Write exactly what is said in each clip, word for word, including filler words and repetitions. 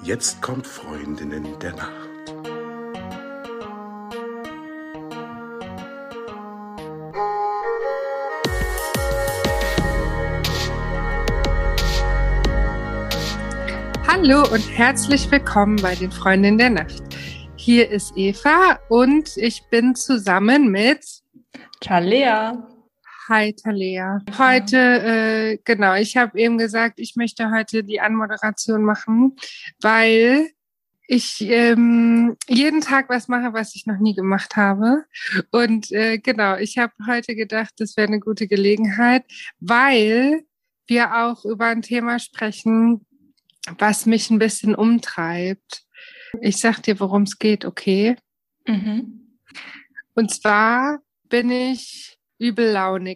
Jetzt kommt Freundinnen der Nacht. Hallo und herzlich willkommen bei den Freundinnen der Nacht. Hier ist Eva und ich bin zusammen mit Talea. Hi Talea. Heute, äh, genau, ich habe eben gesagt, ich möchte heute die Anmoderation machen, weil ich ähm, jeden Tag was mache, was ich noch nie gemacht habe. Und äh, genau, ich habe heute gedacht, das wäre eine gute Gelegenheit, weil wir auch über ein Thema sprechen, was mich ein bisschen umtreibt. Ich sag dir, worum es geht, okay? Mhm. Und zwar bin ich übellaunig.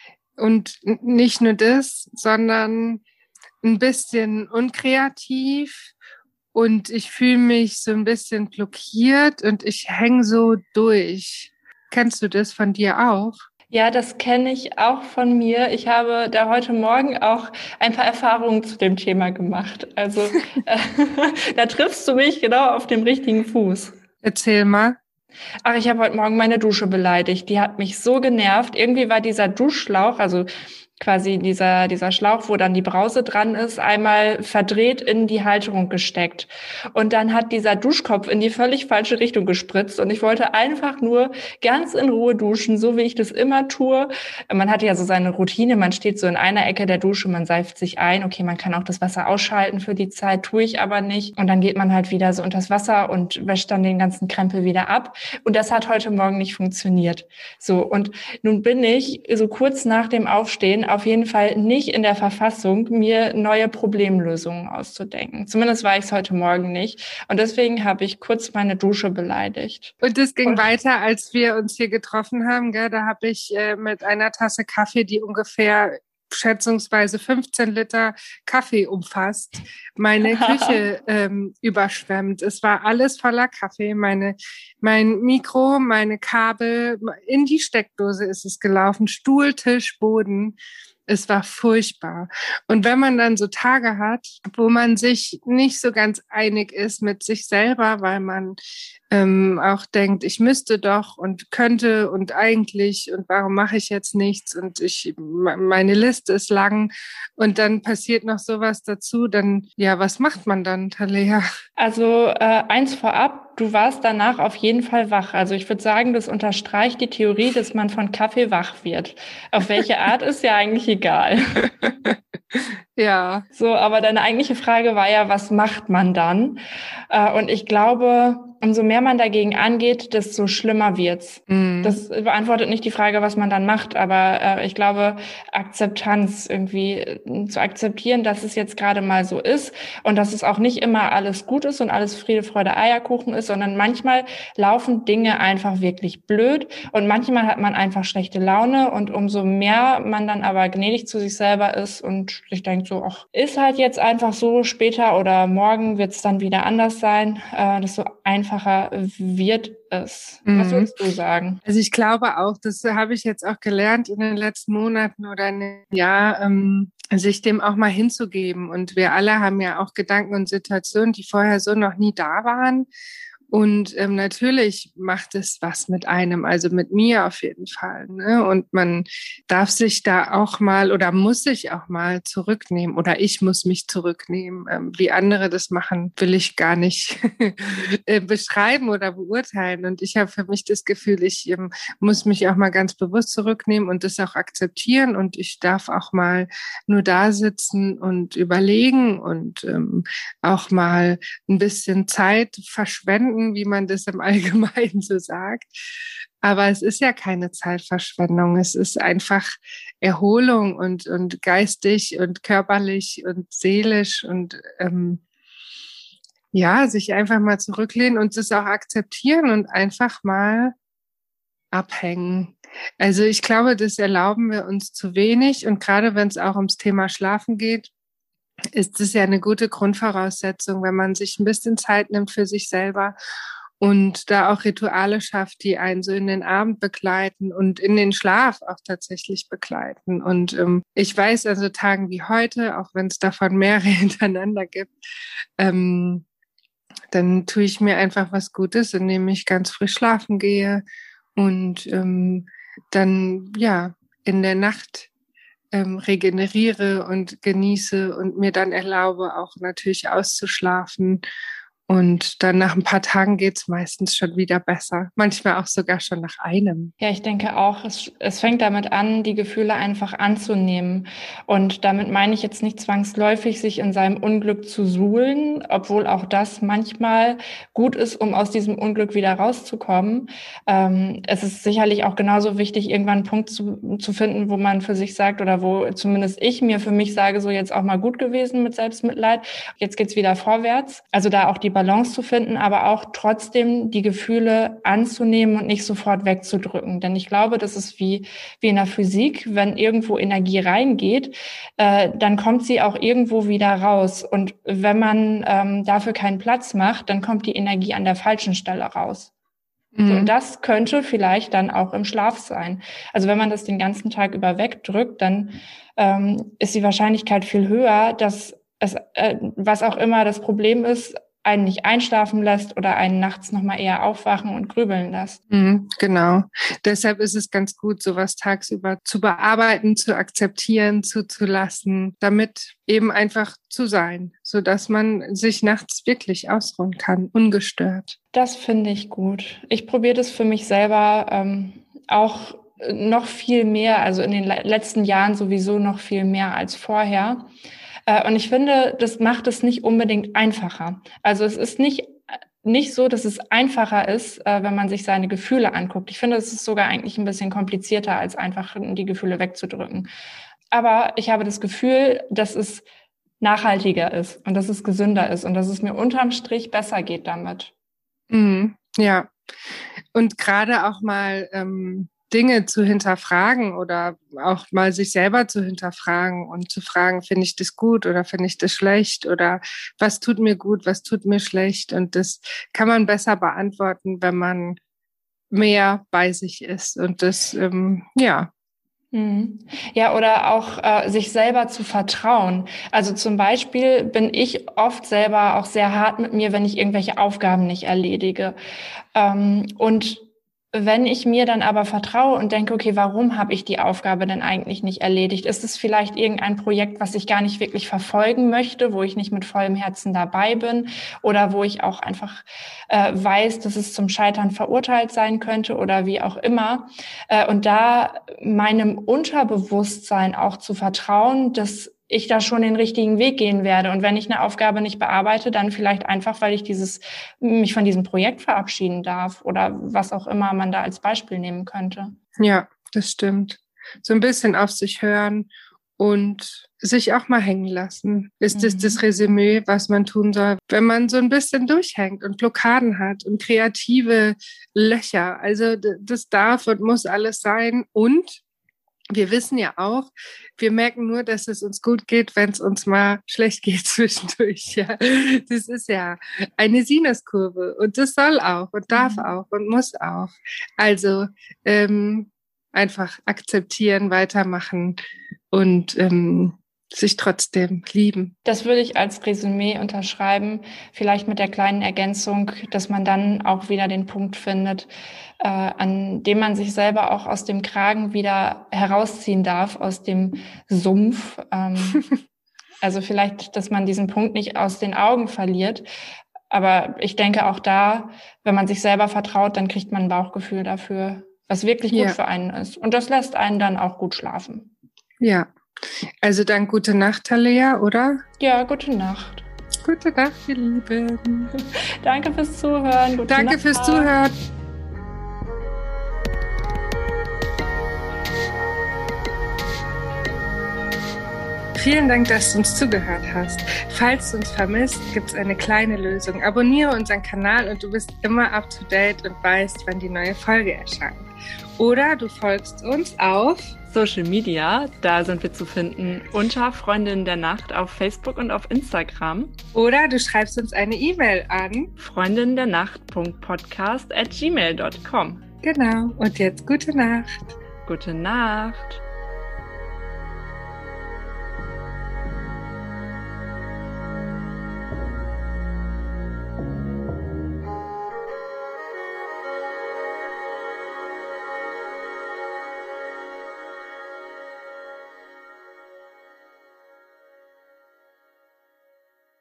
Und n- nicht nur das, sondern ein bisschen unkreativ. Und ich fühle mich so ein bisschen blockiert und ich hänge so durch. Kennst du das von dir auch? Ja, das kenne ich auch von mir. Ich habe da heute Morgen auch ein paar Erfahrungen zu dem Thema gemacht. Also äh, da triffst du mich genau auf dem richtigen Fuß. Erzähl mal. Ach, ich habe heute Morgen meine Dusche beleidigt. Die hat mich so genervt. Irgendwie war dieser Duschschlauch, also quasi dieser, dieser Schlauch, wo dann die Brause dran ist, einmal verdreht in die Halterung gesteckt. Und dann hat dieser Duschkopf in die völlig falsche Richtung gespritzt. Und ich wollte einfach nur ganz in Ruhe duschen, so wie ich das immer tue. Man hat ja so seine Routine. Man steht so in einer Ecke der Dusche, man seift sich ein. Okay, man kann auch das Wasser ausschalten für die Zeit, tue ich aber nicht. Und dann geht man halt wieder so unter das Wasser und wäscht dann den ganzen Krempel wieder ab. Und das hat heute Morgen nicht funktioniert. So, und nun bin ich so kurz nach dem Aufstehen auf jeden Fall nicht in der Verfassung, mir neue Problemlösungen auszudenken. Zumindest war ich es heute Morgen nicht. Und deswegen habe ich kurz meine Dusche beleidigt. Und das ging Und weiter, als wir uns hier getroffen haben. Gell? Da habe ich äh, mit einer Tasse Kaffee, die ungefähr schätzungsweise fünfzehn Liter Kaffee umfasst, meine Küche ähm, überschwemmt. Es war alles voller Kaffee. Meine, mein Mikro, meine Kabel, in die Steckdose ist es gelaufen. Stuhl, Tisch, Boden. Es war furchtbar. Und wenn man dann so Tage hat, wo man sich nicht so ganz einig ist mit sich selber, weil man ähm, auch denkt, ich müsste doch und könnte und eigentlich und warum mache ich jetzt nichts und ich meine Liste ist lang und dann passiert noch sowas dazu, dann ja, was macht man dann, Talea? Also äh, eins vorab, du warst danach auf jeden Fall wach. Also ich würde sagen, das unterstreicht die Theorie, dass man von Kaffee wach wird. Auf welche Art ist ja eigentlich egal. Ja. So, aber deine eigentliche Frage war ja, was macht man dann? Äh, und ich glaube, umso mehr man dagegen angeht, desto schlimmer wird's. Mhm. Das beantwortet nicht die Frage, was man dann macht, aber äh, ich glaube, Akzeptanz irgendwie äh, zu akzeptieren, dass es jetzt gerade mal so ist und dass es auch nicht immer alles gut ist und alles Friede, Freude, Eierkuchen ist, sondern manchmal laufen Dinge einfach wirklich blöd und manchmal hat man einfach schlechte Laune und umso mehr man dann aber gnädig zu sich selber ist und sich denkt so, ach, ist halt jetzt einfach so, später oder morgen wird es dann wieder anders sein, äh, desto einfacher wird es. Mhm. Was würdest du sagen? Also ich glaube auch, das habe ich jetzt auch gelernt in den letzten Monaten oder in einem Jahr, ähm, sich dem auch mal hinzugeben. Und wir alle haben ja auch Gedanken und Situationen, die vorher so noch nie da waren. Und ähm, natürlich macht es was mit einem, also mit mir auf jeden Fall. Ne? Und man darf sich da auch mal oder muss sich auch mal zurücknehmen oder ich muss mich zurücknehmen. Ähm, wie andere das machen, will ich gar nicht äh, beschreiben oder beurteilen. Und ich habe für mich das Gefühl, ich ähm, muss mich auch mal ganz bewusst zurücknehmen und das auch akzeptieren. Und ich darf auch mal nur da sitzen und überlegen und ähm, auch mal ein bisschen Zeit verschwenden, wie man das im Allgemeinen so sagt. Aber es ist ja keine Zeitverschwendung. Es ist einfach Erholung und, und geistig und körperlich und seelisch und ähm, ja, sich einfach mal zurücklehnen und das auch akzeptieren und einfach mal abhängen. Also ich glaube, das erlauben wir uns zu wenig und gerade wenn es auch ums Thema Schlafen geht, ist es ja eine gute Grundvoraussetzung, wenn man sich ein bisschen Zeit nimmt für sich selber und da auch Rituale schafft, die einen so in den Abend begleiten und in den Schlaf auch tatsächlich begleiten. Und ähm, ich weiß also Tagen wie heute, auch wenn es davon mehrere hintereinander gibt, ähm, dann tue ich mir einfach was Gutes, indem ich ganz früh schlafen gehe und ähm, dann ja in der Nacht ähm, regeneriere und genieße und mir dann erlaube, auch natürlich auszuschlafen. Und dann nach ein paar Tagen geht es meistens schon wieder besser. Manchmal auch sogar schon nach einem. Ja, ich denke auch, es, es fängt damit an, die Gefühle einfach anzunehmen. Und damit meine ich jetzt nicht zwangsläufig, sich in seinem Unglück zu suhlen, obwohl auch das manchmal gut ist, um aus diesem Unglück wieder rauszukommen. Ähm, es ist sicherlich auch genauso wichtig, irgendwann einen Punkt zu, zu finden, wo man für sich sagt oder wo zumindest ich mir für mich sage, so jetzt auch mal gut gewesen mit Selbstmitleid. Jetzt geht's wieder vorwärts. Also da auch die Balance zu finden, aber auch trotzdem die Gefühle anzunehmen und nicht sofort wegzudrücken. Denn ich glaube, das ist wie, wie in der Physik, wenn irgendwo Energie reingeht, äh, dann kommt sie auch irgendwo wieder raus. Und wenn man ähm, dafür keinen Platz macht, dann kommt die Energie an der falschen Stelle raus. Mhm. So, und das könnte vielleicht dann auch im Schlaf sein. Also wenn man das den ganzen Tag über wegdrückt, dann ähm, ist die Wahrscheinlichkeit viel höher, dass es, äh, was auch immer das Problem ist, einen nicht einschlafen lässt oder einen nachts nochmal eher aufwachen und grübeln lässt. Mhm, genau. Deshalb ist es ganz gut, sowas tagsüber zu bearbeiten, zu akzeptieren, zuzulassen, damit eben einfach zu sein, sodass man sich nachts wirklich ausruhen kann, ungestört. Das finde ich gut. Ich probiere das für mich selber ähm, auch noch viel mehr, also in den letzten Jahren sowieso noch viel mehr als vorher. Und ich finde, das macht es nicht unbedingt einfacher. Also es ist nicht, nicht so, dass es einfacher ist, wenn man sich seine Gefühle anguckt. Ich finde, es ist sogar eigentlich ein bisschen komplizierter, als einfach die Gefühle wegzudrücken. Aber ich habe das Gefühl, dass es nachhaltiger ist und dass es gesünder ist und dass es mir unterm Strich besser geht damit. Mhm, ja, und gerade auch mal ähm Dinge zu hinterfragen oder auch mal sich selber zu hinterfragen und zu fragen, finde ich das gut oder finde ich das schlecht oder was tut mir gut, was tut mir schlecht, und das kann man besser beantworten, wenn man mehr bei sich ist und das, ähm, ja. Ja, oder auch äh, sich selber zu vertrauen. Also zum Beispiel bin ich oft selber auch sehr hart mit mir, wenn ich irgendwelche Aufgaben nicht erledige. Ähm, und wenn ich mir dann aber vertraue und denke, okay, warum habe ich die Aufgabe denn eigentlich nicht erledigt? Ist es vielleicht irgendein Projekt, was ich gar nicht wirklich verfolgen möchte, wo ich nicht mit vollem Herzen dabei bin oder wo ich auch einfach äh, weiß, dass es zum Scheitern verurteilt sein könnte oder wie auch immer. Äh, und da meinem Unterbewusstsein auch zu vertrauen, dass ich da schon den richtigen Weg gehen werde. Und wenn ich eine Aufgabe nicht bearbeite, dann vielleicht einfach, weil ich dieses, mich von diesem Projekt verabschieden darf oder was auch immer man da als Beispiel nehmen könnte. Ja, das stimmt. So ein bisschen auf sich hören und sich auch mal hängen lassen. Ist mhm. das das Resümee, was man tun soll, wenn man so ein bisschen durchhängt und Blockaden hat und kreative Löcher. Also das darf und muss alles sein. Und wir wissen ja auch, wir merken nur, dass es uns gut geht, wenn es uns mal schlecht geht zwischendurch. Ja. Das ist ja eine Sinuskurve und das soll auch und darf mhm. auch und muss auch. Also ähm, einfach akzeptieren, weitermachen und ähm, sich trotzdem lieben. Das würde ich als Resümee unterschreiben, vielleicht mit der kleinen Ergänzung, dass man dann auch wieder den Punkt findet, äh, an dem man sich selber auch aus dem Kragen wieder herausziehen darf, aus dem Sumpf. Ähm, also vielleicht, dass man diesen Punkt nicht aus den Augen verliert. Aber ich denke auch da, wenn man sich selber vertraut, dann kriegt man ein Bauchgefühl dafür, was wirklich gut ja. für einen ist. Und das lässt einen dann auch gut schlafen. Ja. Also dann gute Nacht, Talea, oder? Ja, gute Nacht. Gute Nacht, ihr Lieben. Danke fürs Zuhören. Gute Danke Nacht. fürs Zuhören. Vielen Dank, dass du uns zugehört hast. Falls du uns vermisst, gibt es eine kleine Lösung. Abonniere unseren Kanal und du bist immer up to date und weißt, wann die neue Folge erscheint. Oder du folgst uns auf Social Media, da sind wir zu finden unter Freundinnen der Nacht auf Facebook und auf Instagram. Oder du schreibst uns eine E-Mail an freundinnendernacht punkt podcast at gmail punkt com. Genau, und jetzt gute Nacht. Gute Nacht.